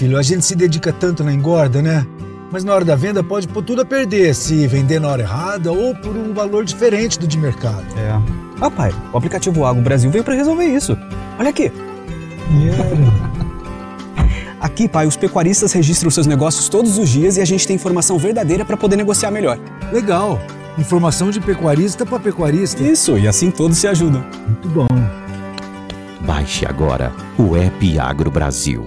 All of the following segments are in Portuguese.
Filho, a gente se dedica tanto na engorda, né? Mas na hora da venda pode pôr tudo a perder se vender na hora errada ou por um valor diferente do de mercado. Ah, pai, o aplicativo Agro Brasil veio para resolver isso. Olha aqui. Aqui, pai, os pecuaristas registram seus negócios todos os dias e a gente tem informação verdadeira para poder negociar melhor. Legal. Informação de pecuarista para pecuarista. Isso, e assim todos se ajudam. Muito bom. Baixe agora o app Agro Brasil.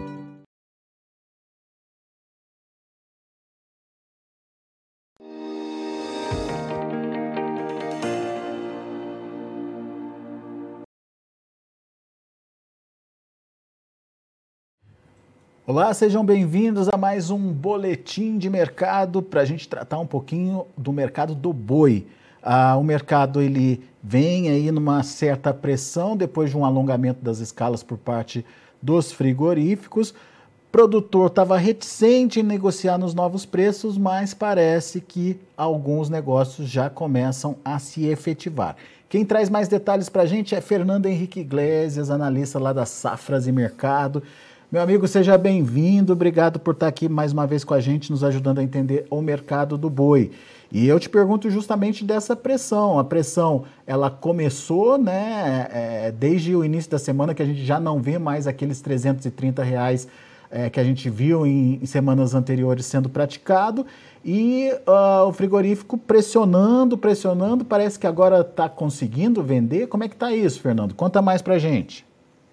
Olá, sejam bem-vindos a mais um boletim de mercado para a gente tratar um pouquinho do mercado do boi. O mercado ele vem aí numa certa pressão depois de um alongamento das escalas por parte dos frigoríficos. O produtor estava reticente em negociar nos novos preços, mas parece que alguns negócios já começam a se efetivar. Quem traz mais detalhes para a gente é Fernando Henrique Iglesias, analista lá da Safras e Mercado. Meu amigo, seja bem-vindo, obrigado por estar aqui mais uma vez com a gente, nos ajudando a entender o mercado do boi. E eu te pergunto justamente dessa pressão. A pressão, ela começou, né, desde o início da semana, que a gente já não vê mais aqueles R$330 que a gente viu em semanas anteriores sendo praticado, e o frigorífico pressionando, parece que agora está conseguindo vender. Como é que está isso, Fernando? Conta mais pra gente.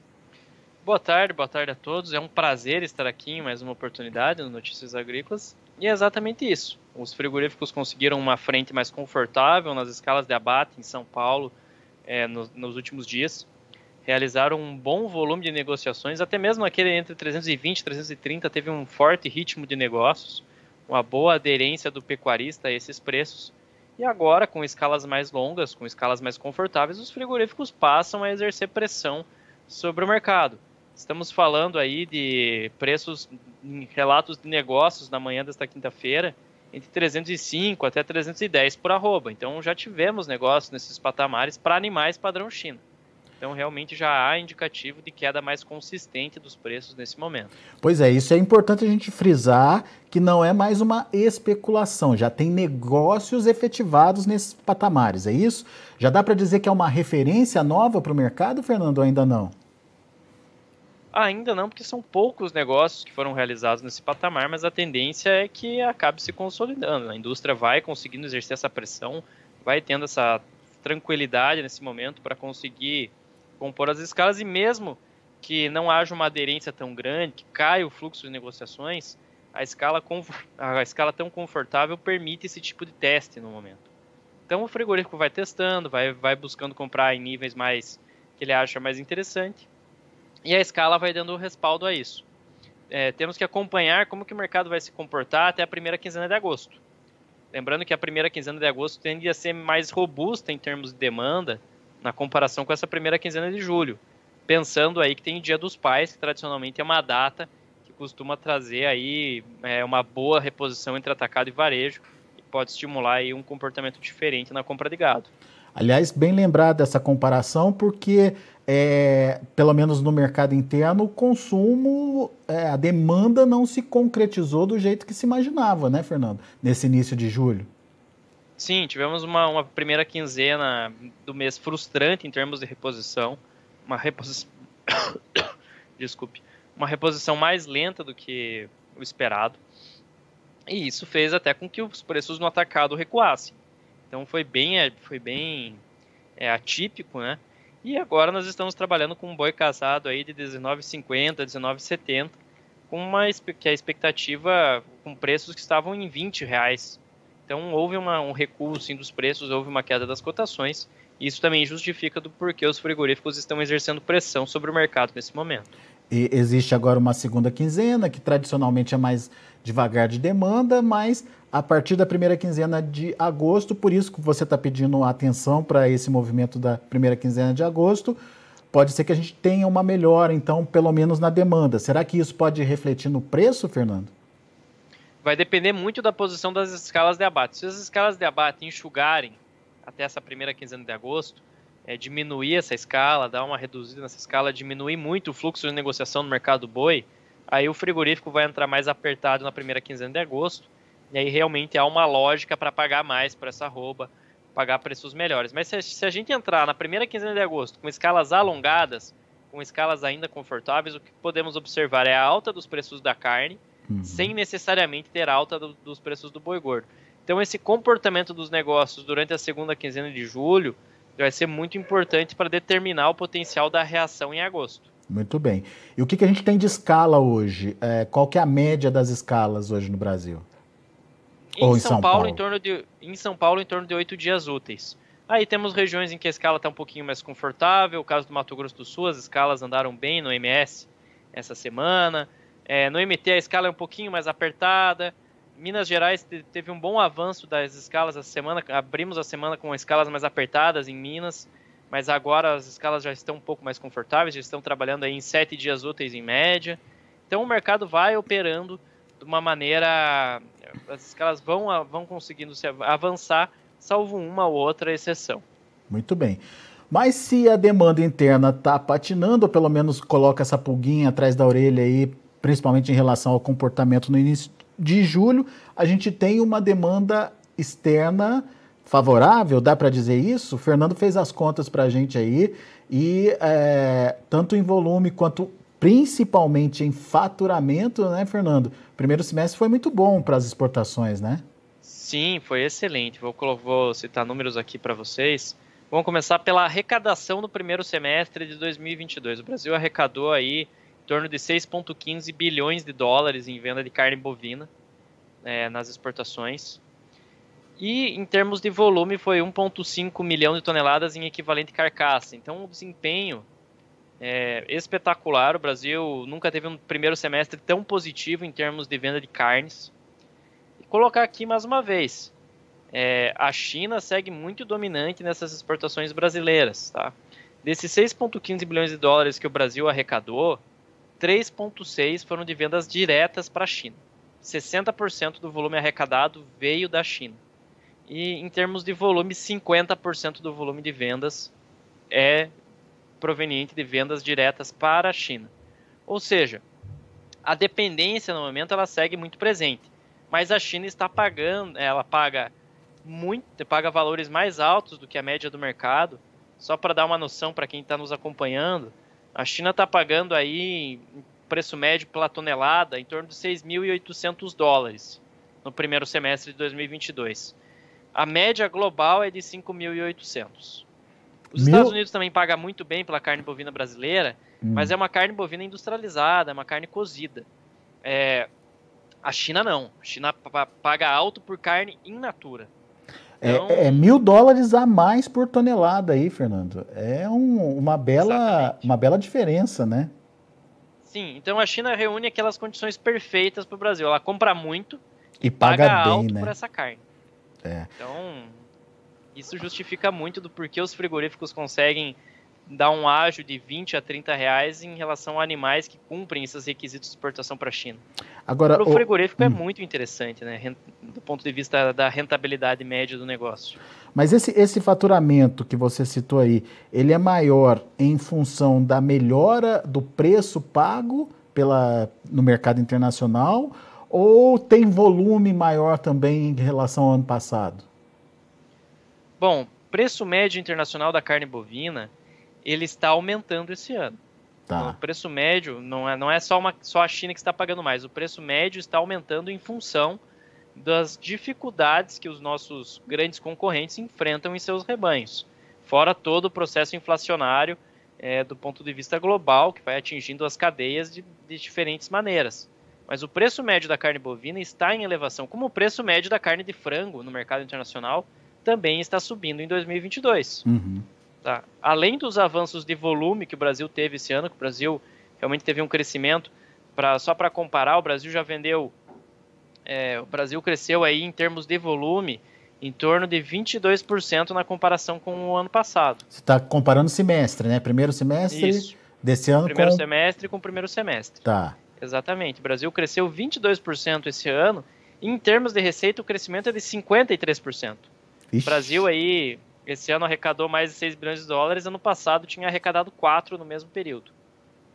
Boa tarde a todos. É um prazer estar aqui em mais uma oportunidade no Notícias Agrícolas. E é exatamente isso. Os frigoríficos conseguiram uma frente mais confortável nas escalas de abate em São Paulo nos últimos dias. Realizaram um bom volume de negociações, até mesmo aquele entre 320 e 330 teve um forte ritmo de negócios, uma boa aderência do pecuarista a esses preços. E agora, com escalas mais longas, com escalas mais confortáveis, os frigoríficos passam a exercer pressão sobre o mercado. Estamos falando aí de preços em relatos de negócios na manhã desta quinta-feira, entre 305 até 310 por arroba. Então já tivemos negócios nesses patamares para animais padrão China. Então realmente já há indicativo de queda mais consistente dos preços nesse momento. Pois é, isso é importante a gente frisar, que não é mais uma especulação, já tem negócios efetivados nesses patamares, é isso? Já dá para dizer que é uma referência nova para o mercado, Fernando, ou ainda não? Ainda não, porque são poucos negócios que foram realizados nesse patamar, mas a tendência é que acabe se consolidando. A indústria vai conseguindo exercer essa pressão, vai tendo essa tranquilidade nesse momento para conseguir compor as escalas, e mesmo que não haja uma aderência tão grande, que caia o fluxo de negociações, a escala tão confortável permite esse tipo de teste no momento. Então o frigorífico vai testando, vai buscando comprar em níveis mais que ele acha mais interessante, e a escala vai dando respaldo a isso. Temos que acompanhar como que o mercado vai se comportar até a primeira quinzena de agosto. Lembrando que a primeira quinzena de agosto tende a ser mais robusta em termos de demanda na comparação com essa primeira quinzena de julho. Pensando aí que tem Dia dos Pais, que tradicionalmente é uma data que costuma trazer aí uma boa reposição entre atacado e varejo, e pode estimular aí um comportamento diferente na compra de gado. Aliás, bem lembrado essa comparação, porque pelo menos no mercado interno, o consumo, a demanda não se concretizou do jeito que se imaginava, né, Fernando? Nesse início de julho. Sim, tivemos uma primeira quinzena do mês frustrante em termos de reposição, uma reposição mais lenta do que o esperado, e isso fez até com que os preços no atacado recuassem. Então foi bem atípico, né? E agora nós estamos trabalhando com um boi casado aí de R$19,50, R$19,70, que a expectativa com preços que estavam em R$20. Então houve um recuo sim dos preços, houve uma queda das cotações, e isso também justifica do porquê os frigoríficos estão exercendo pressão sobre o mercado nesse momento. E existe agora uma segunda quinzena, que tradicionalmente é mais devagar de demanda, mas a partir da primeira quinzena de agosto, por isso que você está pedindo atenção para esse movimento da primeira quinzena de agosto, pode ser que a gente tenha uma melhora, então, pelo menos na demanda. Será que isso pode refletir no preço, Fernando? Vai depender muito da posição das escalas de abate. Se as escalas de abate enxugarem até essa primeira quinzena de agosto, diminuir essa escala, dar uma reduzida nessa escala, diminuir muito o fluxo de negociação no mercado boi, aí o frigorífico vai entrar mais apertado na primeira quinzena de agosto, e aí realmente há uma lógica para pagar mais por essa arroba, pagar preços melhores. Mas se a gente entrar na primeira quinzena de agosto com escalas alongadas, com escalas ainda confortáveis, o que podemos observar é a alta dos preços da carne, sem necessariamente ter alta dos preços do boi gordo. Então esse comportamento dos negócios durante a segunda quinzena de julho vai ser muito importante para determinar o potencial da reação em agosto. Muito bem. E o que a gente tem de escala hoje? Qual que é a média das escalas hoje no Brasil? Ou em São Paulo? Em São Paulo, em torno de 8 dias úteis. Aí temos regiões em que a escala está um pouquinho mais confortável. O caso do Mato Grosso do Sul, as escalas andaram bem no MS essa semana. No MT a escala é um pouquinho mais apertada. Minas Gerais teve um bom avanço das escalas essa semana. Abrimos a semana com escalas mais apertadas em Minas, mas agora as escalas já estão um pouco mais confortáveis, já estão trabalhando aí em 7 dias úteis em média. Então o mercado vai operando de uma maneira... As escalas vão conseguindo avançar, salvo uma ou outra exceção. Muito bem. Mas se a demanda interna está patinando, ou pelo menos coloca essa pulguinha atrás da orelha aí, principalmente em relação ao comportamento no início de julho, a gente tem uma demanda externa favorável, dá para dizer isso? O Fernando fez as contas para a gente aí, e tanto em volume quanto principalmente em faturamento, né, Fernando? O primeiro semestre foi muito bom para as exportações, né? Sim, foi excelente. Vou citar números aqui para vocês. Vamos começar pela arrecadação no primeiro semestre de 2022. O Brasil arrecadou aí em torno de 6,15 bilhões de dólares em venda de carne bovina nas exportações. E em termos de volume foi 1,5 milhão de toneladas em equivalente carcaça. Então o desempenho é espetacular. O Brasil nunca teve um primeiro semestre tão positivo em termos de venda de carnes. E colocar aqui mais uma vez, a China segue muito dominante nessas exportações brasileiras. Tá? Desses 6,15 bilhões de dólares que o Brasil arrecadou, 3,6 foram de vendas diretas para a China. 60% do volume arrecadado veio da China. E em termos de volume, 50% do volume de vendas é proveniente de vendas diretas para a China. Ou seja, a dependência no momento ela segue muito presente, mas a China está pagando, ela paga valores mais altos do que a média do mercado. Só para dar uma noção para quem está nos acompanhando, a China está pagando aí preço médio pela tonelada em torno de 6.800 dólares no primeiro semestre de 2022. A média global é de 5.800. Os Estados Unidos também pagam muito bem pela carne bovina brasileira, mas é uma carne bovina industrializada, é uma carne cozida. A China não. A China paga alto por carne in natura. Então, $1.000 a mais por tonelada aí, Fernando. É uma bela diferença, né? Sim, então a China reúne aquelas condições perfeitas para o Brasil. Ela compra muito e paga bem, alto, né, por essa carne. Então, isso justifica muito do porquê os frigoríficos conseguem dar um ágio de 20 a 30 reais em relação a animais que cumprem esses requisitos de exportação para a China. Agora, para o frigorífico é muito interessante, né, do ponto de vista da rentabilidade média do negócio. Mas esse faturamento que você citou aí, ele é maior em função da melhora do preço pago no mercado internacional, ou tem volume maior também em relação ao ano passado? Bom, preço médio internacional da carne bovina, ele está aumentando esse ano. Tá. Então, o preço médio não é só a China que está pagando mais. O preço médio está aumentando em função das dificuldades que os nossos grandes concorrentes enfrentam em seus rebanhos. Fora todo o processo inflacionário do ponto de vista global, que vai atingindo as cadeias de diferentes maneiras. Mas o preço médio da carne bovina está em elevação, como o preço médio da carne de frango no mercado internacional também está subindo em 2022. Tá? Além dos avanços de volume que o Brasil teve esse ano, que o Brasil realmente teve um crescimento, só para comparar, o Brasil já vendeu, o Brasil cresceu aí em termos de volume em torno de 22% na comparação com o ano passado. Você está comparando semestre, né? Primeiro semestre desse ano primeiro semestre com o primeiro semestre. Tá. Exatamente. O Brasil cresceu 22% esse ano, e em termos de receita o crescimento é de 53%. Ixi. O Brasil aí, esse ano arrecadou mais de 6 bilhões de dólares, ano passado tinha arrecadado 4 no mesmo período.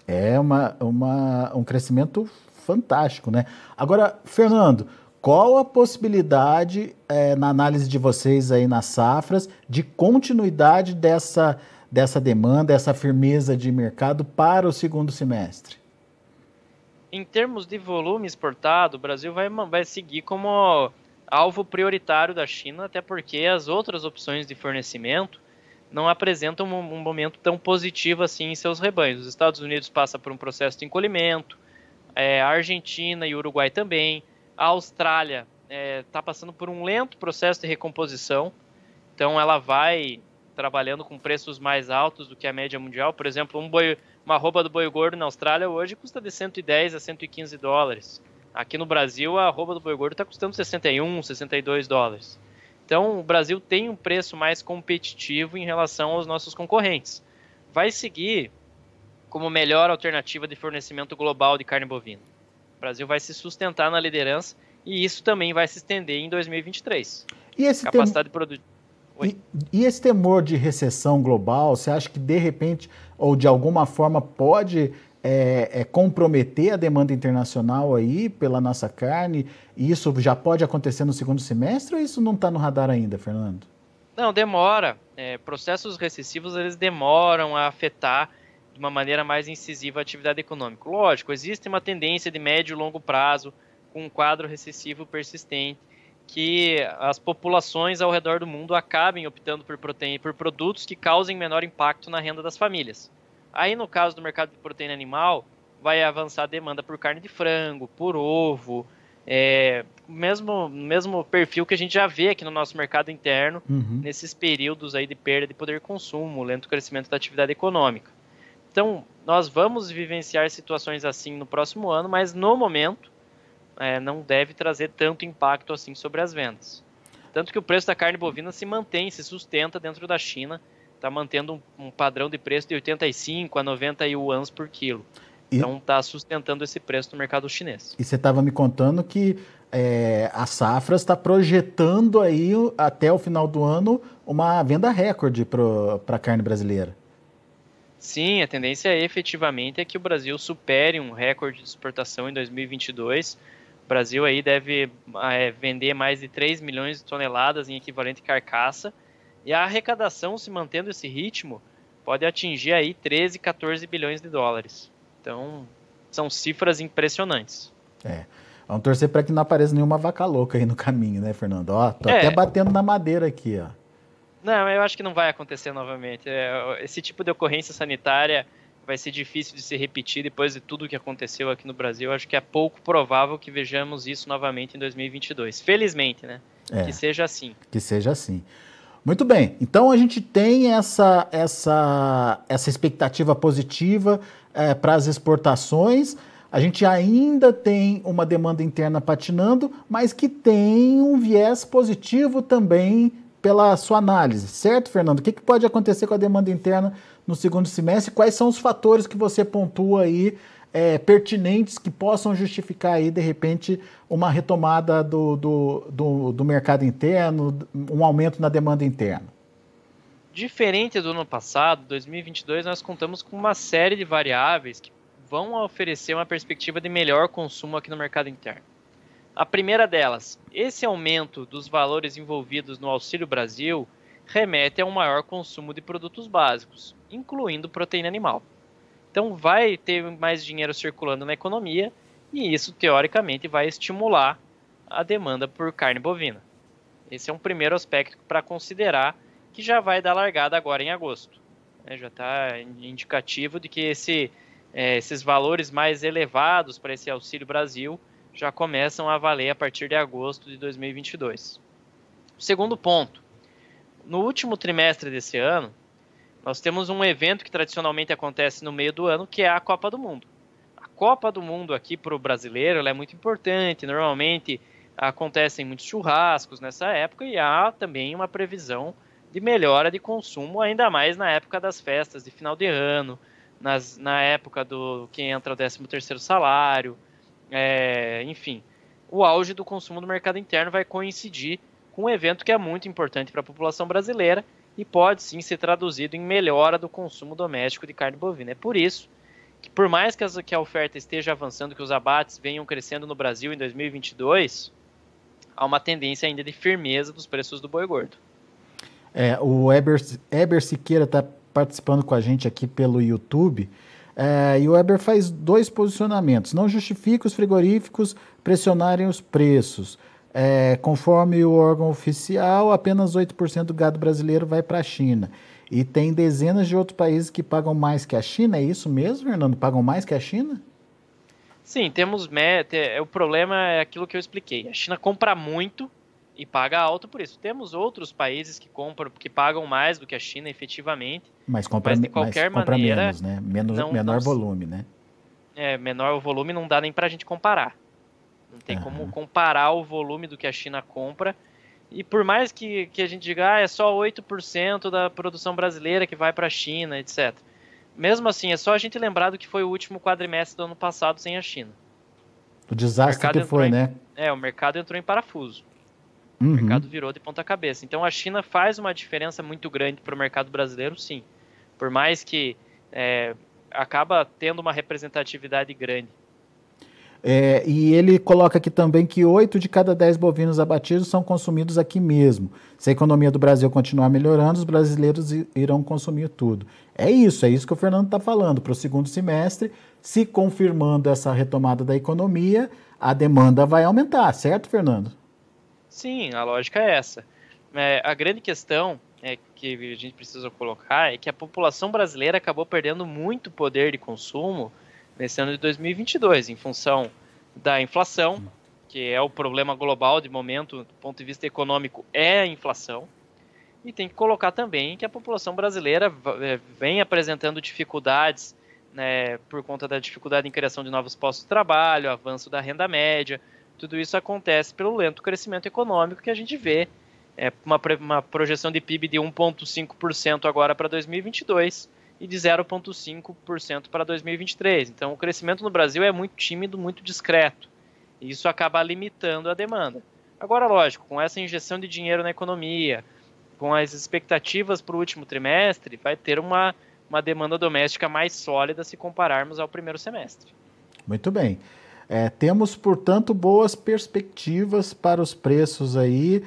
É um crescimento fantástico, né? Agora, Fernando, qual a possibilidade, na análise de vocês aí nas safras, de continuidade dessa demanda, essa firmeza de mercado para o segundo semestre? Em termos de volume exportado, o Brasil vai seguir como alvo prioritário da China, até porque as outras opções de fornecimento não apresentam um momento tão positivo assim em seus rebanhos. Os Estados Unidos passa por um processo de encolhimento, a Argentina e o Uruguai também, a Austrália está passando por um lento processo de recomposição, então ela vai trabalhando com preços mais altos do que a média mundial. Por exemplo, uma arroba do boi gordo na Austrália hoje custa de 110 a 115 dólares. Aqui no Brasil, a arroba do boi gordo está custando 61, 62 dólares. Então, o Brasil tem um preço mais competitivo em relação aos nossos concorrentes. Vai seguir como melhor alternativa de fornecimento global de carne bovina. O Brasil vai se sustentar na liderança e isso também vai se estender em 2023. E esse capacidade de produzir. E esse temor de recessão global, você acha que de repente, ou de alguma forma, pode comprometer a demanda internacional aí pela nossa carne? E isso já pode acontecer no segundo semestre ou isso não está no radar ainda, Fernando? Não, demora. Processos recessivos, eles demoram a afetar de uma maneira mais incisiva a atividade econômica. Lógico, existe uma tendência de médio e longo prazo com um quadro recessivo persistente, que as populações ao redor do mundo acabem optando por produtos que causem menor impacto na renda das famílias. Aí, no caso do mercado de proteína animal, vai avançar a demanda por carne de frango, por ovo, mesmo perfil que a gente já vê aqui no nosso mercado interno, nesses períodos aí de perda de poder de consumo, lento crescimento da atividade econômica. Então, nós vamos vivenciar situações assim no próximo ano, mas no momento, não deve trazer tanto impacto assim sobre as vendas. Tanto que o preço da carne bovina se mantém, se sustenta dentro da China, está mantendo um padrão de preço de 85 a 90 yuans por quilo. Então está sustentando esse preço no mercado chinês. E você estava me contando que a Safra está projetando aí até o final do ano uma venda recorde para a carne brasileira. Sim, a tendência efetivamente é que o Brasil supere um recorde de exportação em 2022. O Brasil aí deve vender mais de 3 milhões de toneladas em equivalente carcaça, e a arrecadação, se mantendo esse ritmo, pode atingir aí 13, 14 bilhões de dólares. Então, são cifras impressionantes. Vamos torcer para que não apareça nenhuma vaca louca aí no caminho, né, Fernando? Tô até batendo na madeira aqui, ó. Não, eu acho que não vai acontecer novamente. Esse tipo de ocorrência sanitária vai ser difícil de se repetir depois de tudo que aconteceu aqui no Brasil. Eu acho que é pouco provável que vejamos isso novamente em 2022. Felizmente, né? Que seja assim. Que seja assim. Muito bem. Então, a gente tem essa expectativa positiva para as exportações. A gente ainda tem uma demanda interna patinando, mas que tem um viés positivo também pela sua análise, certo, Fernando? O que pode acontecer com a demanda interna no segundo semestre? Quais são os fatores que você pontua aí pertinentes que possam justificar aí, de repente, uma retomada do mercado interno, um aumento na demanda interna? Diferente do ano passado, 2022, nós contamos com uma série de variáveis que vão oferecer uma perspectiva de melhor consumo aqui no mercado interno. A primeira delas, esse aumento dos valores envolvidos no Auxílio Brasil remete a um maior consumo de produtos básicos, incluindo proteína animal. Então vai ter mais dinheiro circulando na economia e isso, teoricamente, vai estimular a demanda por carne bovina. Esse é um primeiro aspecto para considerar, que já vai dar largada agora em agosto. Já está indicativo de que esses valores mais elevados para esse Auxílio Brasil já começam a valer a partir de agosto de 2022. Segundo ponto, no último trimestre desse ano, nós temos um evento que tradicionalmente acontece no meio do ano, que é a Copa do Mundo. A Copa do Mundo aqui para o brasileiro ela é muito importante, normalmente acontecem muitos churrascos nessa época e há também uma previsão de melhora de consumo, ainda mais na época das festas de final de ano, na época do que entra o 13º salário, enfim, o auge do consumo do mercado interno vai coincidir com um evento que é muito importante para a população brasileira e pode sim ser traduzido em melhora do consumo doméstico de carne bovina. É por isso que por mais que a oferta esteja avançando, que os abates venham crescendo no Brasil em 2022, há uma tendência ainda de firmeza dos preços do boi gordo. O Eber Siqueira está participando com a gente aqui pelo YouTube, e o Eber faz 2 posicionamentos. Não justifica os frigoríficos pressionarem os preços. Conforme o órgão oficial, apenas 8% do gado brasileiro vai para a China. E tem dezenas de outros países que pagam mais que a China. É isso mesmo, Fernando? Pagam mais que a China? Sim, o problema é aquilo que eu expliquei. A China compra muito e paga alto por isso. Temos outros países que pagam mais do que a China efetivamente. Mas de qualquer maneira, menos, né? Menor volume, né? Menor o volume não dá nem para a gente comparar. Não tem como comparar o volume do que a China compra. E por mais que a gente diga, é só 8% da produção brasileira que vai para a China, etc. Mesmo assim, é só a gente lembrar do que foi o último quadrimestre do ano passado sem a China. O desastre que foi, né? O mercado entrou em parafuso. O mercado virou de ponta cabeça. Então a China faz uma diferença muito grande para o mercado brasileiro, sim. Por mais que acaba tendo uma representatividade grande. E ele coloca aqui também que 8 de cada 10 bovinos abatidos são consumidos aqui mesmo. Se a economia do Brasil continuar melhorando, os brasileiros irão consumir tudo. É isso que o Fernando está falando. Para o segundo semestre, se confirmando essa retomada da economia, a demanda vai aumentar, certo, Fernando? Sim, a lógica é essa. A grande questão que a gente precisa colocar é que a população brasileira acabou perdendo muito poder de consumo nesse ano de 2022, em função da inflação, que é o problema global de momento, do ponto de vista econômico, é a inflação. E tem que colocar também que a população brasileira vem apresentando dificuldades, né, por conta da dificuldade em criação de novos postos de trabalho, avanço da renda média. Tudo isso acontece pelo lento crescimento econômico que a gente vê, uma projeção de PIB de 1,5% agora para 2022 e de 0,5% para 2023. Então, o crescimento no Brasil é muito tímido, muito discreto. E isso acaba limitando a demanda. Agora, lógico, com essa injeção de dinheiro na economia, com as expectativas para o último trimestre, vai ter uma demanda doméstica mais sólida se compararmos ao primeiro semestre. Muito bem. Temos, portanto, boas perspectivas para os preços aí.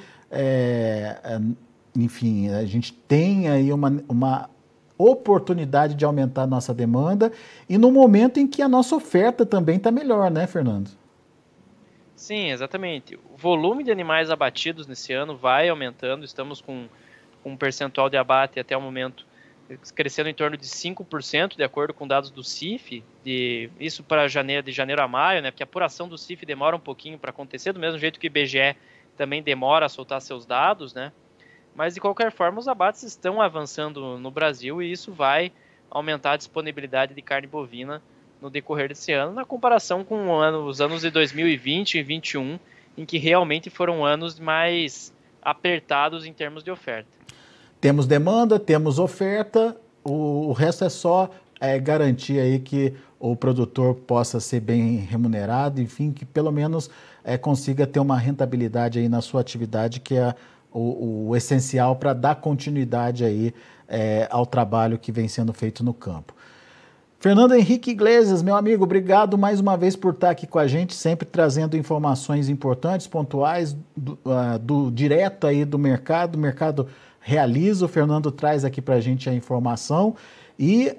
Enfim, a gente tem aí uma oportunidade de aumentar a nossa demanda e no momento em que a nossa oferta também está melhor, né, Fernando? Sim, exatamente. O volume de animais abatidos nesse ano vai aumentando, estamos com um percentual de abate até o momento crescendo em torno de 5%, de acordo com dados do CIF, isso para de janeiro a maio, né, porque a apuração do CIF demora um pouquinho para acontecer, do mesmo jeito que o IBGE também demora a soltar seus dados, né? Mas, de qualquer forma, os abates estão avançando no Brasil e isso vai aumentar a disponibilidade de carne bovina no decorrer desse ano, na comparação com os anos de 2020 e 2021, em que realmente foram anos mais apertados em termos de oferta. Temos demanda, temos oferta, o resto é só garantir aí que o produtor possa ser bem remunerado, enfim, que pelo menos consiga ter uma rentabilidade aí na sua atividade, que é o essencial para dar continuidade aí ao trabalho que vem sendo feito no campo. Fernando Henrique Iglesias, meu amigo, obrigado mais uma vez por estar aqui com a gente, sempre trazendo informações importantes, pontuais, direto aí do mercado. O mercado realiza, o Fernando traz aqui para a gente a informação e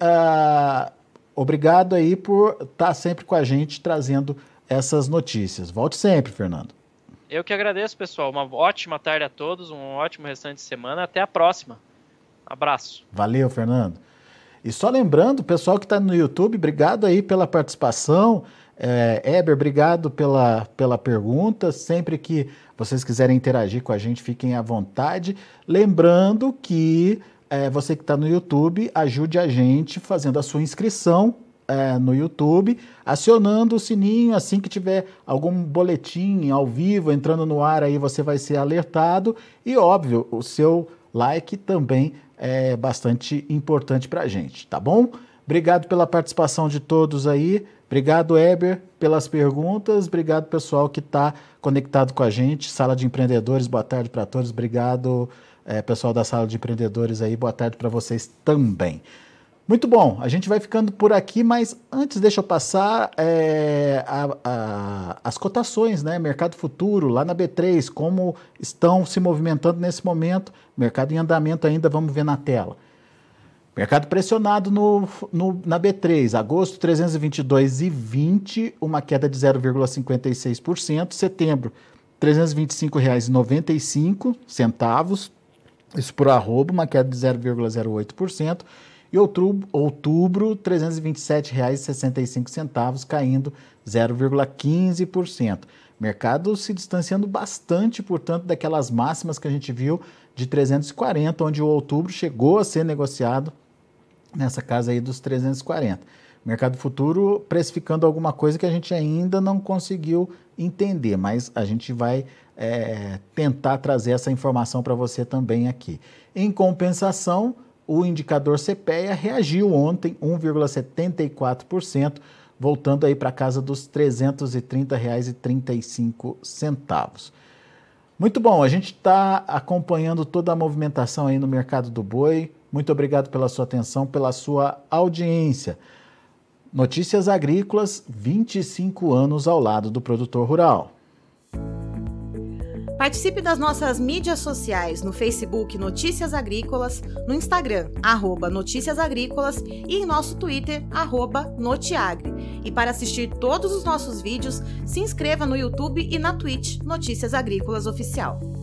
obrigado aí por estar sempre com a gente trazendo essas notícias. Volte sempre, Fernando. Eu que agradeço, pessoal. Uma ótima tarde a todos, um ótimo restante de semana. Até a próxima. Abraço. Valeu, Fernando. E só lembrando, pessoal que está no YouTube, obrigado aí pela participação. Eber, obrigado pela pergunta. Sempre que vocês quiserem interagir com a gente, fiquem à vontade. Lembrando que você que está no YouTube, ajude a gente fazendo a sua inscrição no YouTube, acionando o sininho. Assim que tiver algum boletim ao vivo entrando no ar, aí você vai ser alertado. E, óbvio, o seu like também é bastante importante para a gente, tá bom? Obrigado pela participação de todos aí. Obrigado, Eber, pelas perguntas. Obrigado, pessoal que está conectado com a gente. Sala de Empreendedores, boa tarde para todos. Obrigado, pessoal da Sala de Empreendedores aí. Boa tarde para vocês também. Muito bom, a gente vai ficando por aqui, mas antes deixa eu passar as cotações, né? Mercado futuro, lá na B3, como estão se movimentando nesse momento. Mercado em andamento ainda, vamos ver na tela. Mercado pressionado na B3, agosto 322,20, uma queda de 0,56%. Setembro, R$ 325,95, isso por arroba, uma queda de 0,08%. E outubro, R$ 327,65, caindo 0,15%. Mercado se distanciando bastante, portanto, daquelas máximas que a gente viu de 340, onde o outubro chegou a ser negociado nessa casa aí dos 340. Mercado futuro precificando alguma coisa que a gente ainda não conseguiu entender, mas a gente vai tentar trazer essa informação para você também aqui. Em compensação, o indicador CPEA reagiu ontem 1,74%, voltando aí para casa dos R$ 330,35. Muito bom, a gente está acompanhando toda a movimentação aí no mercado do boi. Muito obrigado pela sua atenção, pela sua audiência. Notícias Agrícolas, 25 anos ao lado do produtor rural. Participe das nossas mídias sociais no Facebook Notícias Agrícolas, no Instagram, @Notícias Agrícolas e em nosso Twitter, @Notiagre. E para assistir todos os nossos vídeos, se inscreva no YouTube e na Twitch Notícias Agrícolas Oficial.